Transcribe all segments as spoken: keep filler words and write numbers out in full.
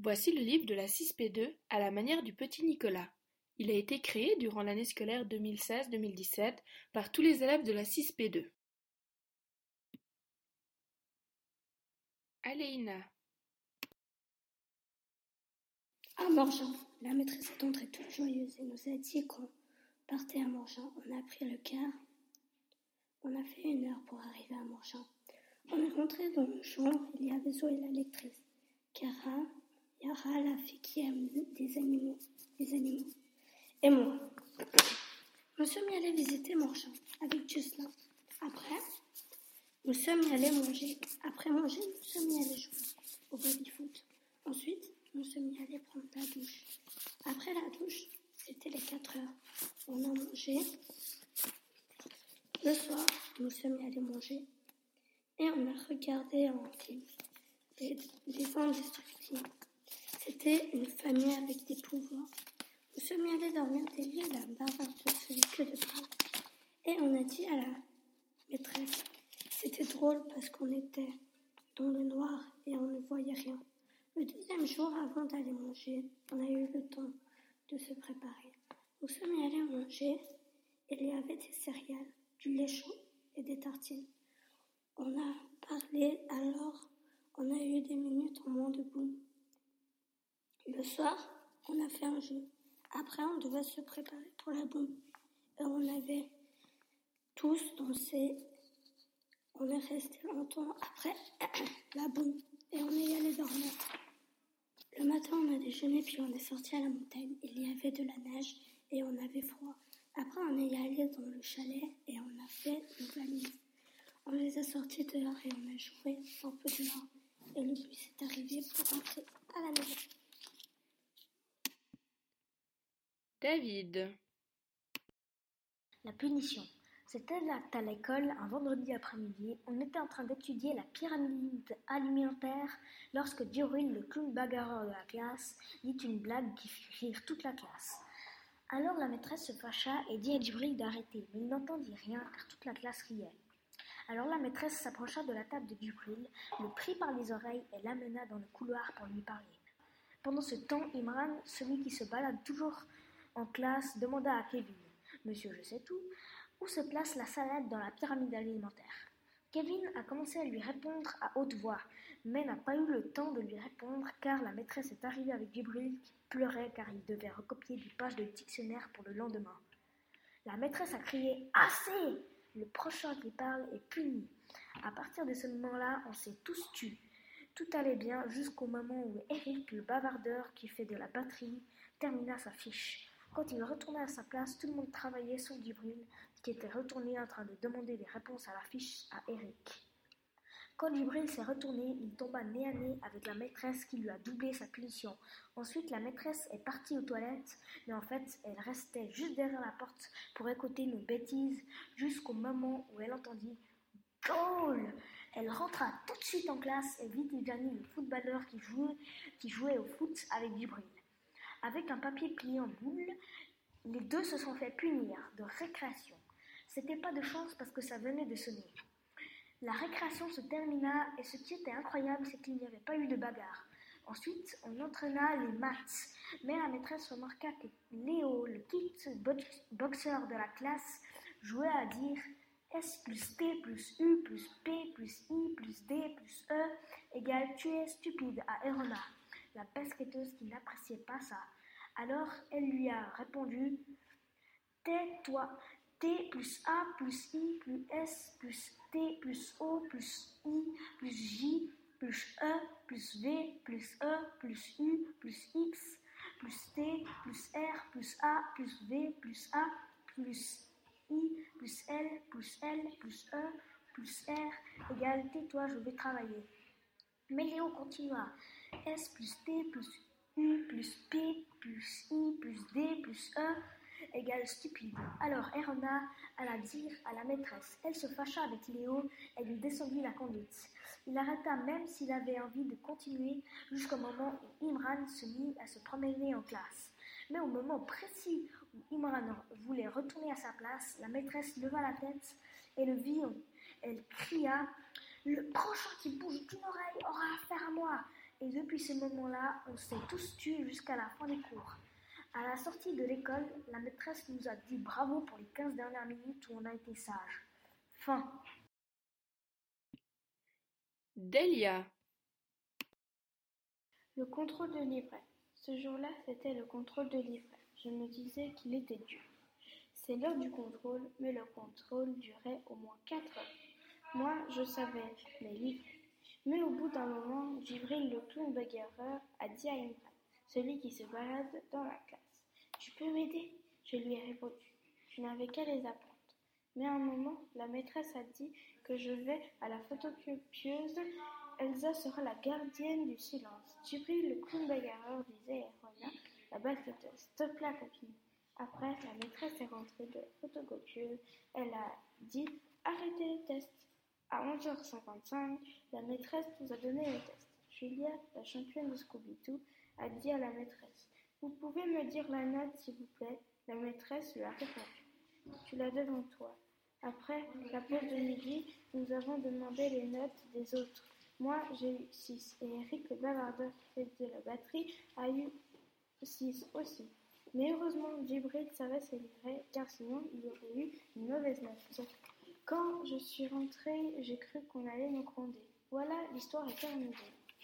Voici le livre de la six P deux à la manière du petit Nicolas. Il a été créé durant l'année scolaire deux mille seize deux mille dix-sept par tous les élèves de la six P deux. Aléina. À Morgin, la maîtresse est entrée toute joyeuse et nous a dit qu'on partait à Morgin. On a pris le car. On a fait une heure pour arriver à Morgin. On est rentré dans une chambre. Il y avait Zoé la lectrice, Cara, Yara la fille qui aime des animaux, des animaux, et moi. Nous sommes allés visiter Morgin avec Jocelyn. Après, nous sommes allés manger. Après manger, nous sommes allés jouer au baby-foot. Ensuite, nous sommes allés prendre la douche. Après la douche, c'était les quatre heures. On a mangé. Le soir, nous sommes allés manger. Et on a regardé un film. Des, des indestructibles. C'était une famille avec des pouvoirs. Nous sommes allés dormir des lits à la bavardeuse faisait que de parler. Et on a dit à la maîtresse. C'était drôle parce qu'on était dans le noir et on ne voyait rien. Le deuxième jour, avant d'aller manger, on a eu le temps de se préparer. Nous sommes allés manger. Il y avait des céréales, du lait chaud et des tartines. On a parlé, alors on a eu des minutes en moins debout. Le soir, on a fait un jeu. Après, on devait se préparer pour la boum. Et on avait tous dansé. On est resté longtemps après la boum. Et on est allé dormir. Le matin, on a déjeuné, puis on est sorti à la montagne. Il y avait de la neige et on avait froid. Après, on est allé dans le chalet et on a fait nos valises. On les a sortis dehors et on a joué un peu dehors. Et le bus est arrivé pour rentrer à la maison. David. La punition. C'était à l'école un vendredi après-midi. On était en train d'étudier la pyramide alimentaire lorsque Djibril, le clown bagarreur de la classe, dit une blague qui fit rire toute la classe. Alors la maîtresse se fâcha et dit à Djibril d'arrêter, mais il n'entendit rien car toute la classe riait. Alors la maîtresse s'approcha de la table de Djibril, le prit par les oreilles et l'amena dans le couloir pour lui parler. Pendant ce temps, Imran, celui qui se balade toujours en classe, demanda à Kevin, « Monsieur, je sais tout, où se place la salade dans la pyramide alimentaire ?» Kevin a commencé à lui répondre à haute voix, mais n'a pas eu le temps de lui répondre car la maîtresse est arrivée avec Djibril qui pleurait car il devait recopier des pages de dictionnaire pour le lendemain. La maîtresse a crié « Assez !» Le prochain qui parle est puni. À partir de ce moment-là, on s'est tous tus. Tout allait bien jusqu'au moment où Eric, le bavardeur qui fait de la batterie, termina sa fiche. Quand il retourna à sa place, tout le monde travaillait sauf Djibril, qui était retourné en train de demander des réponses à la fiche à Eric. Quand Djibril s'est retourné, il tomba nez à nez avec la maîtresse qui lui a doublé sa punition. Ensuite, la maîtresse est partie aux toilettes, mais en fait, elle restait juste derrière la porte pour écouter nos bêtises jusqu'au moment où elle entendit « Goal !» Elle rentra tout de suite en classe et vit Tijani, le footballeur qui jouait, qui jouait au foot avec Djibril. Avec un papier plié en boule, les deux se sont fait punir de récréation. C'était pas de chance parce que ça venait de sonner. La récréation se termina et ce qui était incroyable, c'est qu'il n'y avait pas eu de bagarre. Ensuite, on entraîna les maths, mais la maîtresse remarqua que Léo, le kickboxer de la classe, jouait à dire S plus T plus U plus P plus I plus D plus E égale tu es stupide à Erona, la basketteuse qui n'appréciait pas ça. Alors, elle lui a répondu « Tais-toi ». T plus A plus I plus S plus T plus O plus I plus J plus E plus V plus E plus U plus X plus T plus R plus A plus V plus A plus I plus L plus L plus E plus R égale tais-toi, je vais travailler. Mais Léo continua. S plus T plus U plus P plus I plus D plus E égale stupide. Alors Erona alla dire à la maîtresse. Elle se fâcha avec Léo et lui descendit la conduite. Il arrêta même s'il avait envie de continuer jusqu'au moment où Imran se mit à se promener en classe. Mais au moment précis où Imran voulait retourner à sa place, la maîtresse leva la tête et le vit. Elle cria « Le prochain qui bouge d'une oreille aura affaire à moi !» Et depuis ce moment-là, on s'est tous tus jusqu'à la fin des cours. À la sortie de l'école, la maîtresse nous a dit bravo pour les quinze dernières minutes où on a été sages. Fin. Delia. Le contrôle de livret. Ce jour-là, c'était le contrôle de livret. Je me disais qu'il était dur. C'est l'heure du contrôle, mais le contrôle durait au moins quatre heures. Moi, je savais mes livres. Mais au bout d'un moment, Djibril, le clown bagarreur, a dit à Imran, celui qui se balade dans la classe, « Tu peux m'aider ?» Je lui ai répondu, « Je n'avais qu'à les apprendre. » Mais à un moment, la maîtresse a dit que je vais à la photocopieuse. Elsa sera la gardienne du silence. Djibril, le clown bagarreur, disait à Rona, la basketteuse, « Stop la copine. » Après, la maîtresse est rentrée de la photocopieuse. Elle a dit « Arrêtez les tests. » À onze heures cinquante-cinq, la maîtresse nous a donné les tests. Julia, la championne de Scooby-Doo, a dit à la maîtresse « Vous pouvez me dire la note, s'il vous plaît ?» La maîtresse lui a répondu « Tu l'as devant toi. » Après la pause de midi, nous avons demandé les notes des autres. Moi, j'ai eu six et Eric, le bavardeur qui fait de la batterie, a eu six aussi. Mais heureusement, Djibril savait se livrer, car sinon il aurait eu une mauvaise note. Quand je suis rentrée, j'ai cru qu'on allait me gronder. Voilà, l'histoire est terminée.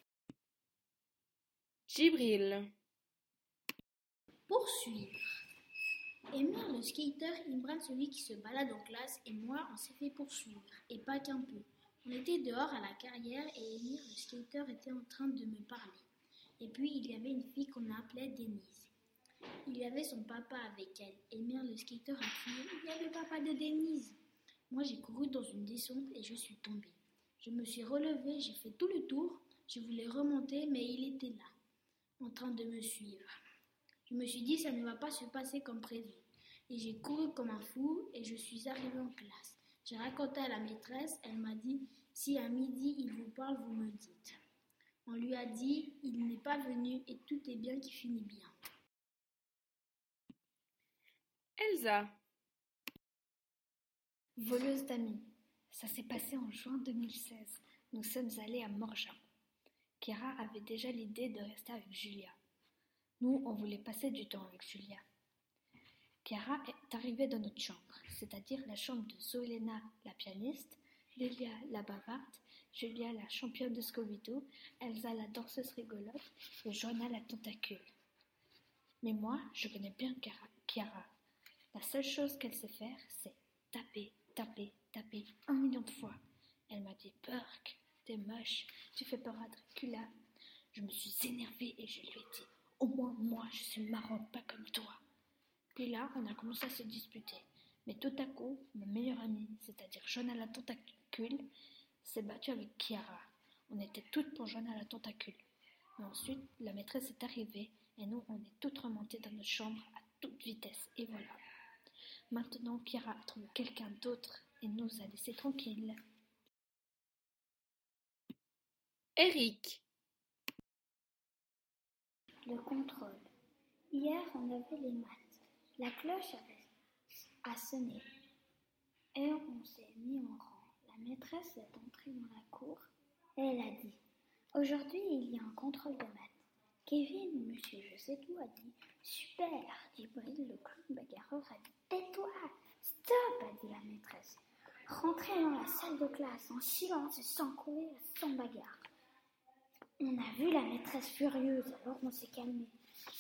Djibril. Poursuivre. Emir le skater, Imran celui qui se balade en classe et moi on s'est fait poursuivre, et pas qu'un peu. On était dehors à la carrière et Emir le skater était en train de me parler. Et puis il y avait une fille qu'on appelait Denise. Il y avait son papa avec elle. Emir le skater a crié « Il y a le papa de Denise !» Moi j'ai couru dans une descente et je suis tombée. Je me suis relevée, j'ai fait tout le tour, je voulais remonter mais il était là, en train de me suivre. Je me suis dit ça ne va pas se passer comme prévu. Et j'ai couru comme un fou et je suis arrivée en classe. J'ai raconté à la maîtresse, elle m'a dit si à midi il vous parle, vous me dites. On lui a dit il n'est pas venu et tout est bien qui finit bien. Elsa. Voleuse d'amis. Ça s'est passé en juin deux mille seize. Nous sommes allés à Morja. Kira avait déjà l'idée de rester avec Julia. Nous, on voulait passer du temps avec Julia. Chiara est arrivée dans notre chambre, c'est-à-dire la chambre de Zoélena, la pianiste, Delia, la bavarde, Julia, la championne de Scooby-Doo, Elsa, la danseuse rigolote, et Joanna, la tentacule. Mais moi, je connais bien Chiara. La seule chose qu'elle sait faire, c'est taper, taper, taper un million de fois. Elle m'a dit « Burk, t'es moche, tu fais peur à Dracula ». Je me suis énervée et je lui ai dit « Au moins moi, je suis marrante, pas comme toi ». Puis là, on a commencé à se disputer. Mais tout à coup, ma meilleure amie, c'est-à-dire Joanna la tentacule, s'est battue avec Chiara. On était toutes pour Joanna la tentacule. Mais ensuite, la maîtresse est arrivée et nous, on est toutes remontées dans notre chambre à toute vitesse. Et voilà. Maintenant, Chiara a trouvé quelqu'un d'autre et nous a laissés tranquilles. Eric. Le contrôle. Hier, on avait les maths. La cloche avait a sonné et on s'est mis en rang. La maîtresse est entrée dans la cour et elle a dit « Aujourd'hui, il y a un contrôle de maths. » Kevin, monsieur je sais tout, a dit « Super !» Djibril, le clown bagarreur, a dit « Tais-toi !»« Stop !» a dit la maîtresse. « Rentrez dans la salle de classe en silence et sans courir, sans bagarre. » On a vu la maîtresse furieuse, alors on s'est calmé.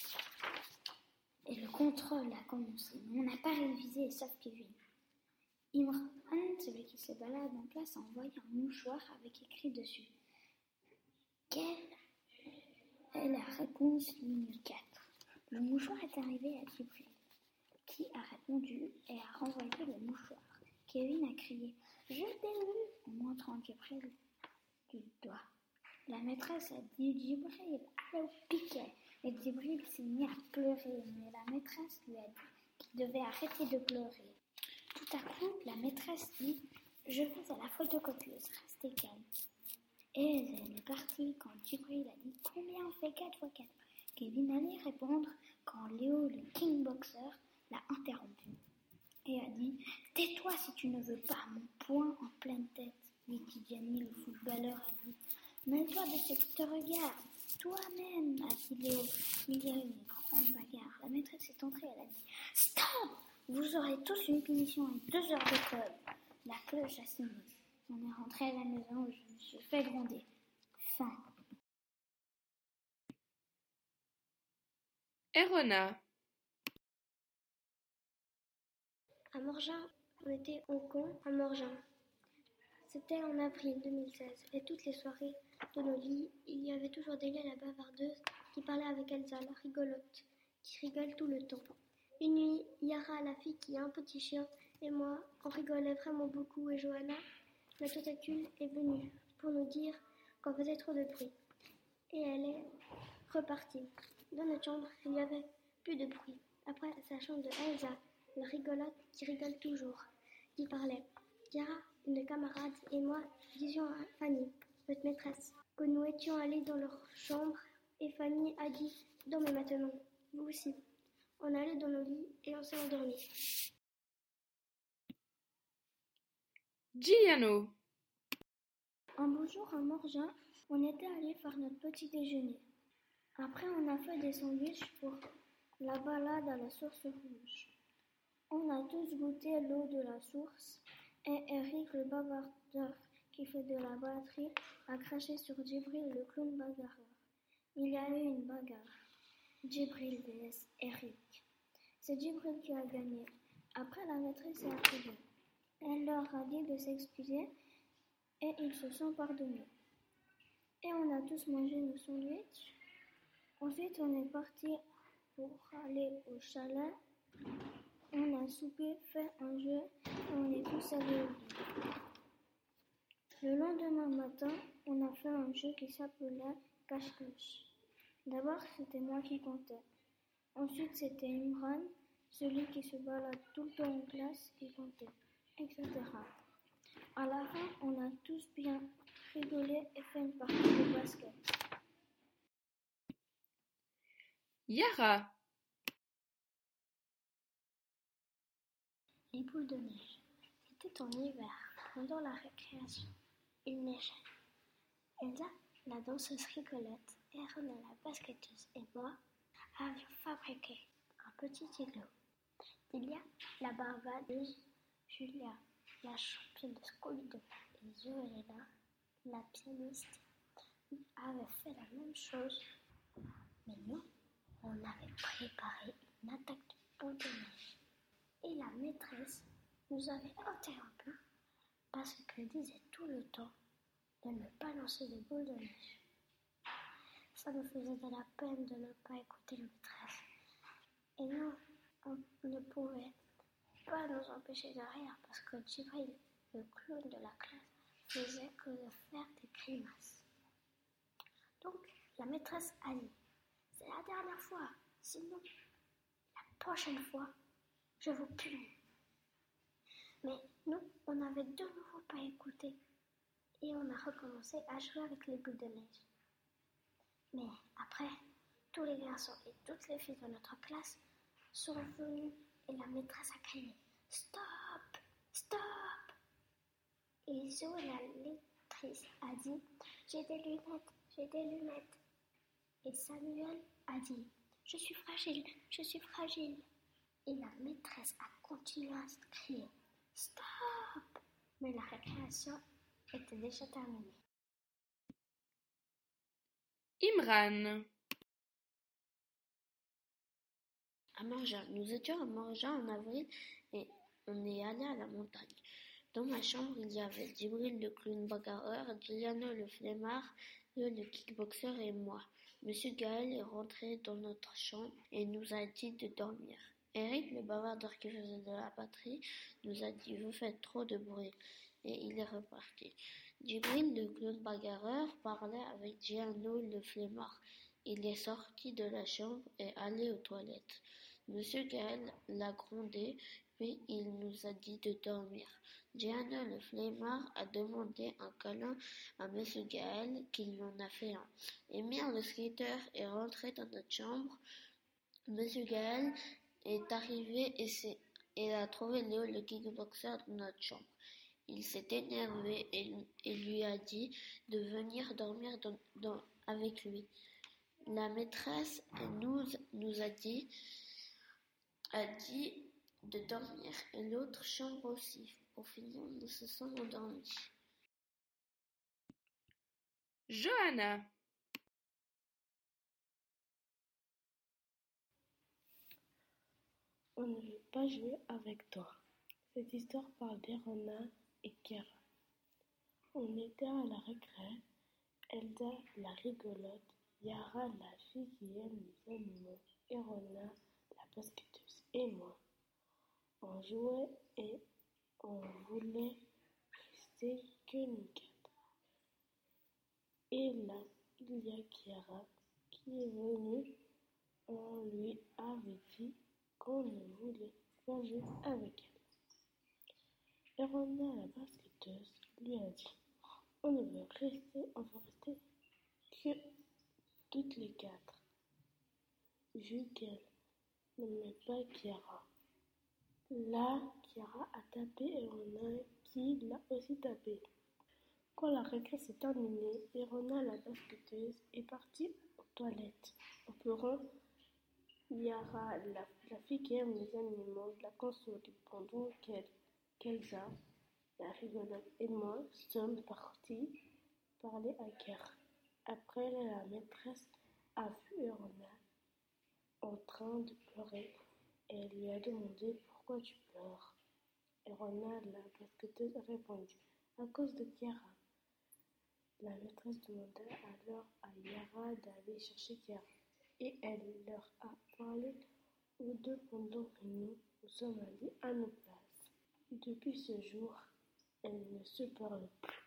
Et le contrôle a commencé, mais on n'a pas révisé, sauf Kevin. Imran, celui qui se balade en classe, a envoyé un mouchoir avec écrit dessus « Quelle est la réponse ligne quatre ?» Le mouchoir est arrivé à Djibril, qui a répondu et a renvoyé le mouchoir. Kevin a crié « Jetez-le » en montrant Djibril du doigt. La maîtresse a dit « Djibril, allez au piquet !» Et Djibril s'est mis à pleurer, mais la maîtresse lui a dit qu'il devait arrêter de pleurer. Tout à coup, la maîtresse dit « Je vais à la photocopieuse, restez calme. » Et elle est partie quand Djibril a dit « Combien fait quatre fois quatre ?» Kevin allait répondre quand Léo, le king boxer, l'a interrompu et a dit « Tais-toi si tu ne veux pas mon poing en pleine tête. » Vicky Gianni, le footballeur, a dit « Mets-toi de ce qui te regarde. » Toi-même, a dit Léo. Il y a eu une grande bagarre. La maîtresse est entrée, elle a dit « Stop! Vous aurez tous une punition et deux heures d'école. » La cloche a sonné. On est rentré à la maison où je me suis fait gronder. Fin. Erona. À Morgin, on était au camp à Morgin. C'était en avril deux mille seize et toutes les soirées de nos lits, il y avait toujours Delia la bavardeuse qui parlait avec Elsa, la rigolote, qui rigole tout le temps. Une nuit, Yara, la fille qui a un petit chien, et moi, on rigolait vraiment beaucoup et Johanna, la tentacule, est venue pour nous dire qu'on faisait trop de bruit. Et elle est repartie. Dans notre chambre, il n'y avait plus de bruit. Après, c'est la chambre de Elsa, la rigolote qui rigole toujours, qui parlait. Yara, une camarade, et moi disions à Fanny, notre maîtresse, que nous étions allés dans leur chambre et Fanny a dit « Dormez maintenant, vous aussi ». On est allé dans nos lits et on s'est endormi. Giuliano. Un beau jour à Morgin, on était allé faire notre petit déjeuner. Après, on a fait des sandwichs pour la balade à la source rouge. On a tous goûté l'eau de la source et Eric, le bavardeur qui fait de la batterie, a craché sur Djibril, le clown bagarreur. Il y a eu une bagarre. Djibril vs Eric. C'est Djibril qui a gagné. Après, la maîtresse est arrivée. Elle leur a dit de s'excuser et ils se sont pardonnés. Et on a tous mangé nos sandwichs. Ensuite, on est parti pour aller au chalet. On a soupé, fait un jeu et on est tous allés au lit. Le lendemain matin, on a fait un jeu qui s'appelait cache-cache. D'abord, c'était moi qui comptais. Ensuite, c'était Imran, celui qui se balade tout le temps en classe, qui comptait, et cetera. À la fin, on a tous bien rigolé et fait une partie de basket. Yara. Les boules de neige. C'était en hiver, pendant la récréation. Il neigeait. Elsa, la danseuse rigolote, Erona, la basketteuse et moi avions fabriqué un petit igloo. Delia, la bavardeuse, Julia, la championne de Scooby-Doo et Zoéna, la pianiste, avaient fait la même chose. Mais nous, on avait préparé une attaque de boules de neige. Et la maîtresse nous avait interrompus parce qu'elle disait tout le temps de ne pas lancer de boules de neige. Ça nous faisait de la peine de ne pas écouter la maîtresse. Et nous, on ne pouvait pas nous empêcher de rire parce que Djibril, le clown de la classe, faisait que de faire des grimaces. Donc, la maîtresse a dit « C'est la dernière fois, sinon, la prochaine fois, je vous punis. » Mais nous, on n'avait de nouveau pas écouté et on a recommencé à jouer avec les boules de neige. Mais après, tous les garçons et toutes les filles de notre classe sont venus et la maîtresse a crié « Stop! Stop !» Et Zoé, la lectrice, a dit « J'ai des lunettes, j'ai des lunettes. » Et Samuel a dit « Je suis fragile, je suis fragile. » Et la maîtresse a continué à crier « Stop !» Mais la récréation était déjà terminée. Imran. À Morgin. Nous étions à Morgin en avril et on est allé à la montagne. Dans ma chambre, il y avait Djibril le clown bagarreur, Giuliano le flemmard, Léo le kickboxer et moi. Monsieur Gaël est rentré dans notre chambre et nous a dit de dormir. Eric, le bavardeur qui faisait de la batterie, nous a dit « Vous faites trop de bruit » et il est reparti. Djibril, le clown bagarreur, parlait avec Giuliano le flemmard. Il est sorti de la chambre et allé aux toilettes. Monsieur Gaël l'a grondé, puis il nous a dit de dormir. Giuliano le flemmard a demandé un câlin à Monsieur Gaël, qui lui en a fait un. Émile le skater est rentré dans notre chambre. Monsieur Gaël est arrivé et, c'est, et a trouvé Léo le kickboxer dans notre chambre. Il s'est énervé et, et lui a dit de venir dormir dans, dans, avec lui. La maîtresse nous, nous a dit, a dit de dormir et l'autre chambre aussi. Pour finir, nous se sommes endormis. Johanna. On ne veut pas jouer avec toi. Cette histoire parle d'Erona et Chiara. On était à la récré, Elsa la rigolote, Yara la fille qui aime les animaux, Erona la basketteuse et moi. On jouait et on voulait rester que nous quatre. Et là, il y a Chiara qui est venue. On lui avait dit qu'on ne voulait pas jouer avec elle. Erona la basketteuse lui a dit on ne veut rester, on veut rester que toutes les quatre, vu qu'elle n'aimait pas Chiara. Là, Chiara a tapé Erona qui l'a aussi tapé. Quand la récré s'est terminée, Erona la basketteuse est partie aux toilettes. En pleurant, Yara, la, la fille qui aime les animaux, l'a consolée pendant qu'elle, qu'Elsa, la rigolote et moi sommes partis parler à Chiara. Après, la maîtresse a vu Erona en train de pleurer et elle lui a demandé pourquoi tu pleures. Erona, la basketteuse, a répondu à cause de Chiara. La maîtresse demanda alors à Yara d'aller chercher Chiara et elle leur a parlé aux deux pendant que nous, nous sommes allés à nos places. Depuis ce jour, elles ne se parlent plus.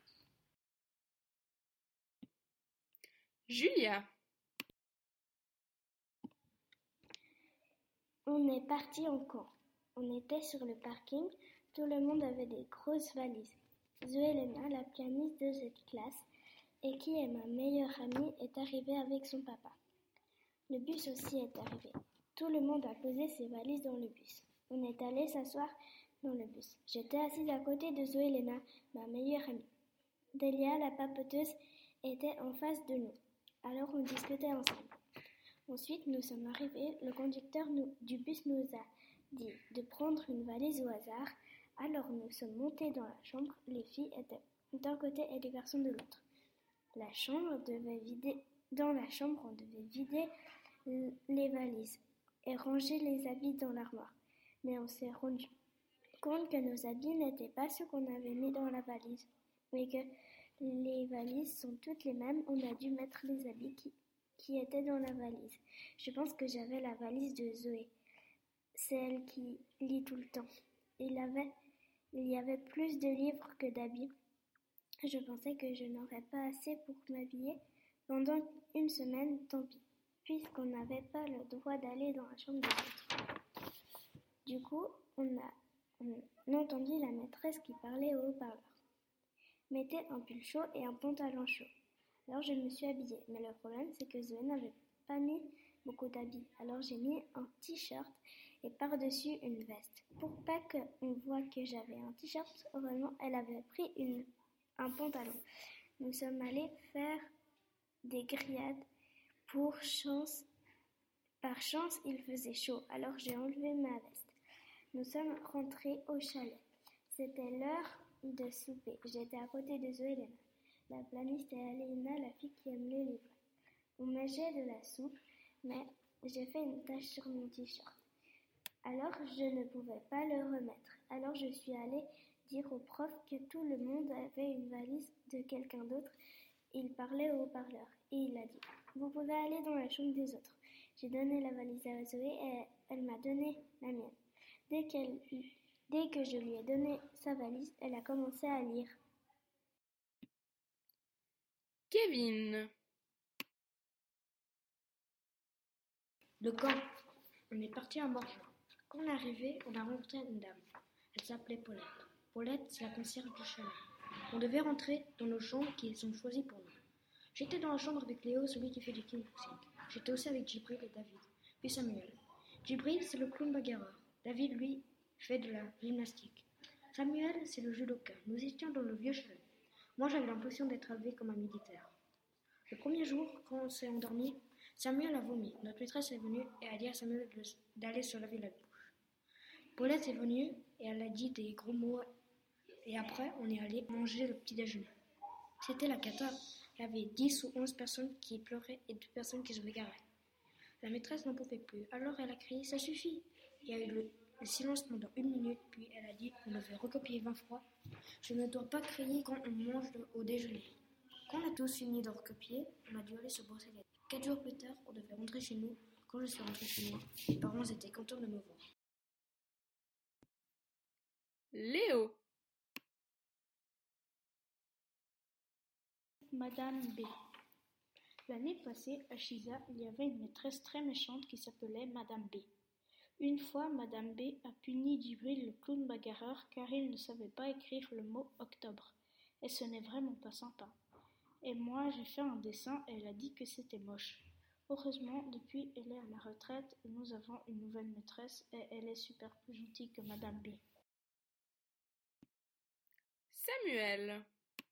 Julia. On est parti en camp. On était sur le parking. Tout le monde avait des grosses valises. Zoélena, la pianiste de cette classe, et qui est ma meilleure amie, est arrivée avec son papa. Le bus aussi est arrivé. Tout le monde a posé ses valises dans le bus. On est allé s'asseoir dans le bus. J'étais assise à côté de Zoélena, ma meilleure amie. Delia, la papoteuse, était en face de nous. Alors on discutait ensemble. Ensuite, nous sommes arrivés. Le conducteur nous, du bus nous a dit de prendre une valise au hasard. Alors nous sommes montés dans la chambre. Les filles étaient d'un côté et les garçons de l'autre. La chambre devait vider. Dans la chambre, on devait vider les valises et ranger les habits dans l'armoire. Mais on s'est rendu compte que nos habits n'étaient pas ceux qu'on avait mis dans la valise et que les valises sont toutes les mêmes. On a dû mettre les habits qui, qui étaient dans la valise. Je pense que j'avais la valise de Zoé. C'est elle qui lit tout le temps. Il, avait, il y avait plus de livres que d'habits. Je pensais que je n'aurais pas assez pour m'habiller pendant une semaine, tant pis, puisqu'on n'avait pas le droit d'aller dans la chambre des autres. Du coup, on a, on a entendu la maîtresse qui parlait au haut-parleur. Mettez un pull chaud et un pantalon chaud. Alors je me suis habillée, mais le problème c'est que Zoé n'avait pas mis beaucoup d'habits. Alors j'ai mis un t-shirt et par-dessus une veste. Pour pas qu'on voit que j'avais un t-shirt, heureusement elle avait pris une, un pantalon. Nous sommes allés faire des grillades. Pour chance, par chance, il faisait chaud, alors j'ai enlevé ma veste. Nous sommes rentrés au chalet. C'était l'heure de souper. J'étais à côté de Zoélena, la planiste, et Aléna, la fille qui aime les livres. On mangeait de la soupe, mais j'ai fait une tache sur mon t-shirt. Alors je ne pouvais pas le remettre. Alors je suis allée dire au prof que tout le monde avait une valise de quelqu'un d'autre. Il parlait au haut-parleur et il a dit « Vous pouvez aller dans la chambre des autres ». J'ai donné la valise à Zoé et elle m'a donné la mienne. Dès, qu'elle, dès que je lui ai donné sa valise, elle a commencé à lire. Kevin. Le camp. On est parti à Morges. Quand on est arrivé, on a rencontré une dame. Elle s'appelait Paulette. Paulette, c'est la concierge du chalet. On devait rentrer dans nos chambres qui sont choisies pour nous. J'étais dans la chambre avec Léo, celui qui fait du kickboxing. J'étais aussi avec Djibril et David, puis Samuel. Djibril, c'est le clown bagarreur. David, lui, fait de la gymnastique. Samuel, c'est le judoka. Nous étions dans le vieux chalet. Moi, j'avais l'impression d'être élevé comme un militaire. Le premier jour, quand on s'est endormi, Samuel a vomi. Notre maîtresse est venue et a dit à Samuel d'aller se laver la bouche. Paulette est venue et elle a dit des gros mots. Et après, on est allé manger le petit déjeuner. C'était la cata. Il y avait dix ou onze personnes qui pleuraient et deux personnes qui se bagarraient. La maîtresse n'en pouvait plus. Alors elle a crié « Ça suffit !» Il y a eu le, le silence pendant une minute, puis elle a dit « On devait recopier vingt fois. Je ne dois pas crier quand on mange au déjeuner. » Quand on a tous fini de recopier, on a dû aller se brosser les dents. Quatre jours plus tard, on devait rentrer chez nous. Quand je suis rentrée chez moi, mes parents étaient contents de me voir. Léo. Madame B. L'année passée, à Chiza, il y avait une maîtresse très méchante qui s'appelait Madame B. Une fois, Madame B a puni Djibril le clown bagarreur car il ne savait pas écrire le mot octobre. Et ce n'est vraiment pas sympa. Et moi, j'ai fait un dessin et elle a dit que c'était moche. Heureusement, depuis, elle est à la retraite et nous avons une nouvelle maîtresse et elle est super plus gentille que Madame B. Samuel.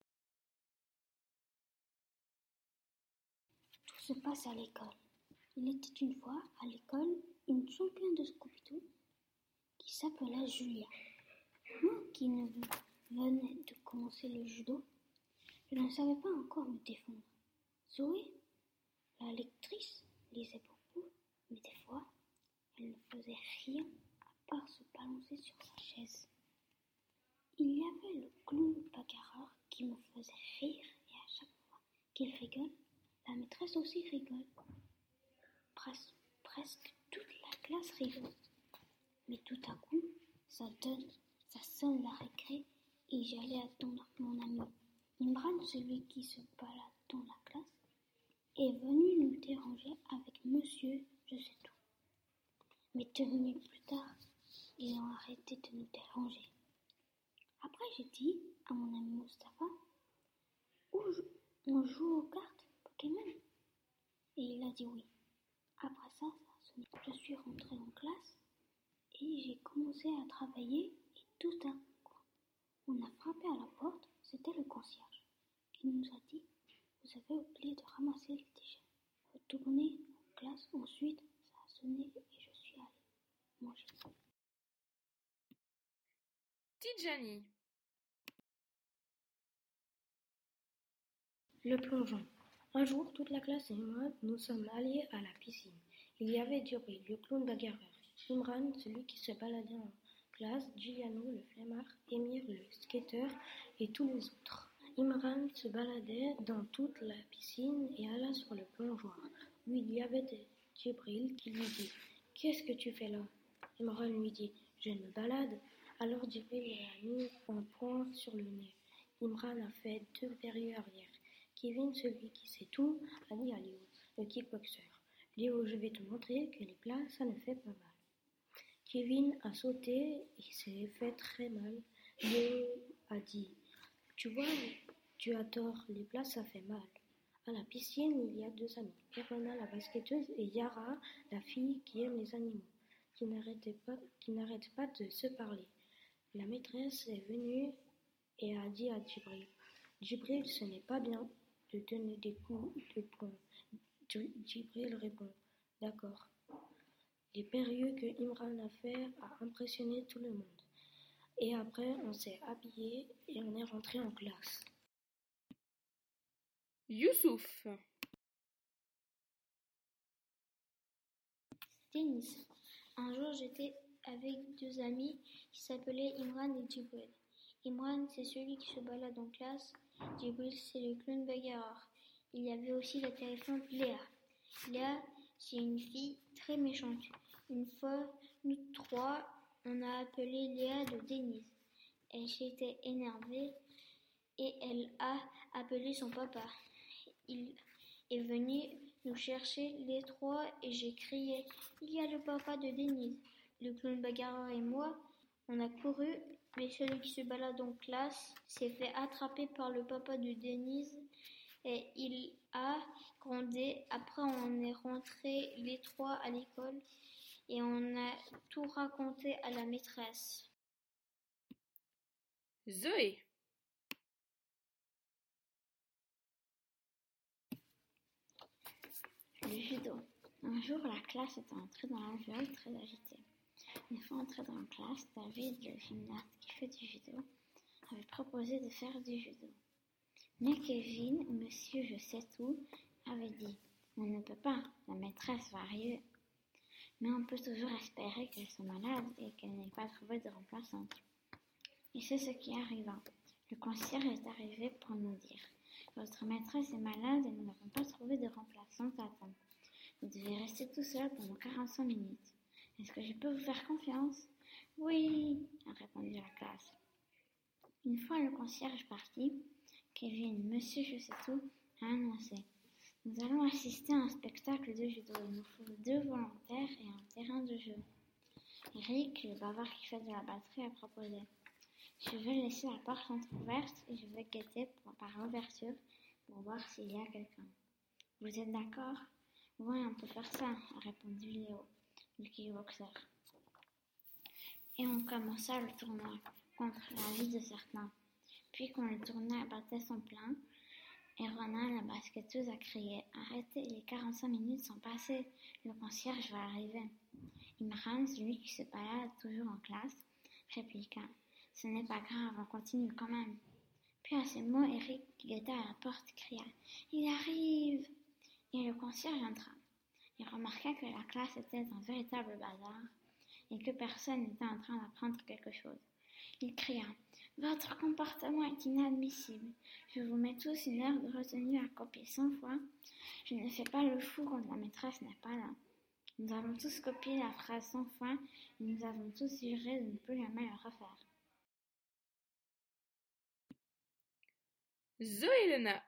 Tout se passe à l'école. Il était une fois à l'école une championne de Scooby-Doo qui s'appelait Julia. Moi qui ne venais de commencer le judo, je ne savais pas encore me défendre. Zoé, la lectrice, lisait beaucoup, mais des fois, elle ne faisait rien à part se balancer sur sa chaise. Il y avait le clown bagarreur qui me faisait rire et à chaque fois qu'il rigole, la maîtresse aussi rigole. Pres- presque toute la classe rigole. Mais tout à coup, ça donne, ça sonne la récré et j'allais attendre mon ami. Imran, celui qui se balade dans la classe, est venu nous déranger avec monsieur je sais tout. Mais deux minutes plus tard, ils ont arrêté de nous déranger. Après, j'ai dit à mon ami Mustapha, où on joue aux cartes Pokémon. Et il a dit oui. Après ça, ça a sonné. Je suis rentrée en classe et j'ai commencé à travailler et tout d'un coup, on a frappé à la porte. C'était le concierge qui nous a dit « Vous avez oublié de ramasser les déchets. » Retournez en classe. Ensuite, ça a sonné et je suis allée manger. Tidjani. Le plongeon. Un jour, toute la classe et moi, nous sommes allés à la piscine. Il y avait Djibril, le clown bagarreur, Imran, celui qui se baladait en classe, Giuliano, le flemmard, Émir, le skateur et tous les autres. Imran se baladait dans toute la piscine et alla sur le plongeoir, où il y avait Djibril qui lui dit « Qu'est-ce que tu fais là ?» Imran lui dit « Je me balade ». Alors Djibril a mis un poing sur le nez. Imran a fait deux périodes arrière. Kevin, celui qui sait tout, a dit à Léo, le kickboxer. Léo, je vais te montrer que les plats, ça ne fait pas mal. Kevin a sauté et s'est fait très mal. Léo a dit, tu vois, tu as tort, les plats, ça fait mal. À la piscine, il y a deux amis, Verona, la basketteuse, et Yara, la fille qui aime les animaux, qui n'arrêtent pas, qui n'arrêtent pas de se parler. La maîtresse est venue et a dit à Djibril, Djibril, ce n'est pas bien de donner des coups de poing. Djibril répond, d'accord. Les périodes que Imran a fait a impressionné tout le monde. Et après, on s'est habillé et on est rentré en classe. Youssouf. Tennis. Un jour, j'étais avec deux amis qui s'appelaient Imran et Djibril. Imran, c'est celui qui se balade en classe. Djibril, c'est le clown bagarreur. Il y avait aussi la terrifiante Léa. Léa, c'est une fille très méchante. Une fois, nous trois, on a appelé Léa de Denise. Elle s'était énervée et elle a appelé son papa. Il est venu nous chercher les trois et j'ai crié « Il y a le papa de Denise !» Le clown bagarreur et moi, on a couru, mais celui qui se balade en classe s'est fait attraper par le papa de Denise et il a grondé. Après, on est rentrés les trois à l'école et on a tout raconté à la maîtresse. Zoé. du judo. Un jour, la classe était entrée dans l'alvéole très agitée. Une fois entré dans la classe, David, le gymnaste qui fait du judo, avait proposé de faire du judo. Mais Kevin, monsieur je sais tout, avait dit « On ne peut pas, la maîtresse va arriver. » Mais on peut toujours espérer qu'elle soit malade et qu'elle n'ait pas trouvé de remplaçante. Et c'est ce qui arriva. Le concierge est arrivé pour nous dire « Votre maîtresse est malade et nous n'avons pas trouvé de remplaçante à temps. Vous devez rester tout seul pendant quarante-cinq minutes. Est-ce que je peux vous faire confiance ?»« Oui !» a répondu la classe. Une fois le concierge parti, Kevin, monsieur je sais tout, a annoncé « Nous allons assister à un spectacle de judo. Il nous faut deux volontaires et un terrain de jeu. » Eric, le bavard qui fait de la batterie, a proposé « Je vais laisser la porte entrouverte et je vais guetter par l'ouverture pour voir s'il y a quelqu'un. Vous êtes d'accord ?»« Oui, on peut faire ça, » a répondu Léo, le kickboxer. Et on commença le tournoi, contre l'avis de certains. Puis quand le tournoi battait son plein, Erona, la basketteuse, a crié « Arrêtez, les quarante-cinq minutes sont passées, le concierge va arriver. » Imran, celui qui se balade toujours en classe, répliqua « Ce n'est pas grave, on continue quand même. » Puis à ces mots, Eric, qui guettait à la porte, cria « Il arrive !» Et le concierge entra. Il remarqua que la classe était un véritable bazar et que personne n'était en train d'apprendre quelque chose. Il cria « Votre comportement est inadmissible. Je vous mets tous une heure de retenue à copier cent fois. Je ne fais pas le fou quand la maîtresse n'est pas là. Nous avons tous copié la phrase cent fois et nous avons tous juré de ne plus jamais le refaire. » Zoé-Lena.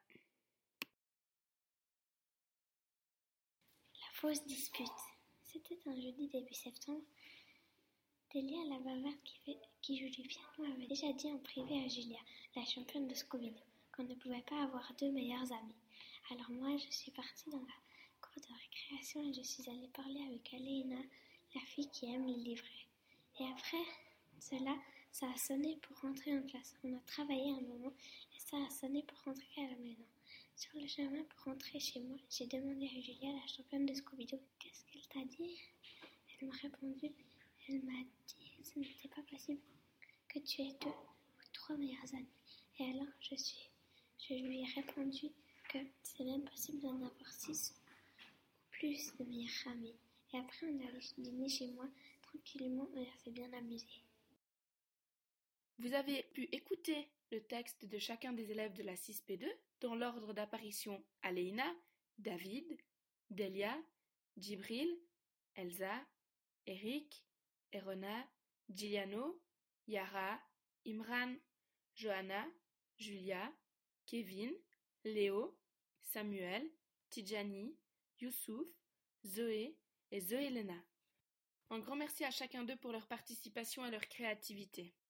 La fausse dispute. C'était un jeudi début septembre. Delia, la bavarde qui, fait, qui joue du piano, avait déjà dit en privé à Julia, la championne de Scooby-Doo, qu'on ne pouvait pas avoir deux meilleures amies. Alors moi, je suis partie dans la cour de récréation et je suis allée parler avec Aleina, la fille qui aime les livrets. Et après cela, ça a sonné pour rentrer en classe. On a travaillé un moment et ça a sonné pour rentrer à la maison. Sur le chemin pour rentrer chez moi, j'ai demandé à Julia, la championne de Scooby-Doo, qu'est-ce qu'elle t'a dit ? Elle m'a répondu, elle m'a dit que ce n'était pas possible que tu aies deux ou trois meilleures amies. Et alors je suis, je lui ai répondu que c'est même possible d'en avoir six ou plus de meilleures amies. Et après on est allé dîner chez moi tranquillement et on s'est bien amusé. Vous avez pu écouter le texte de chacun des élèves de la six P deux dans l'ordre d'apparition Aleina, David, Delia, Djibril, Elsa, Eric, Erona, Giuliano, Yara, Imran, Johanna, Julia, Kevin, Léo, Samuel, Tidjani, Youssouf, Zoé et Zoé-Lena. Un grand merci à chacun d'eux pour leur participation et leur créativité.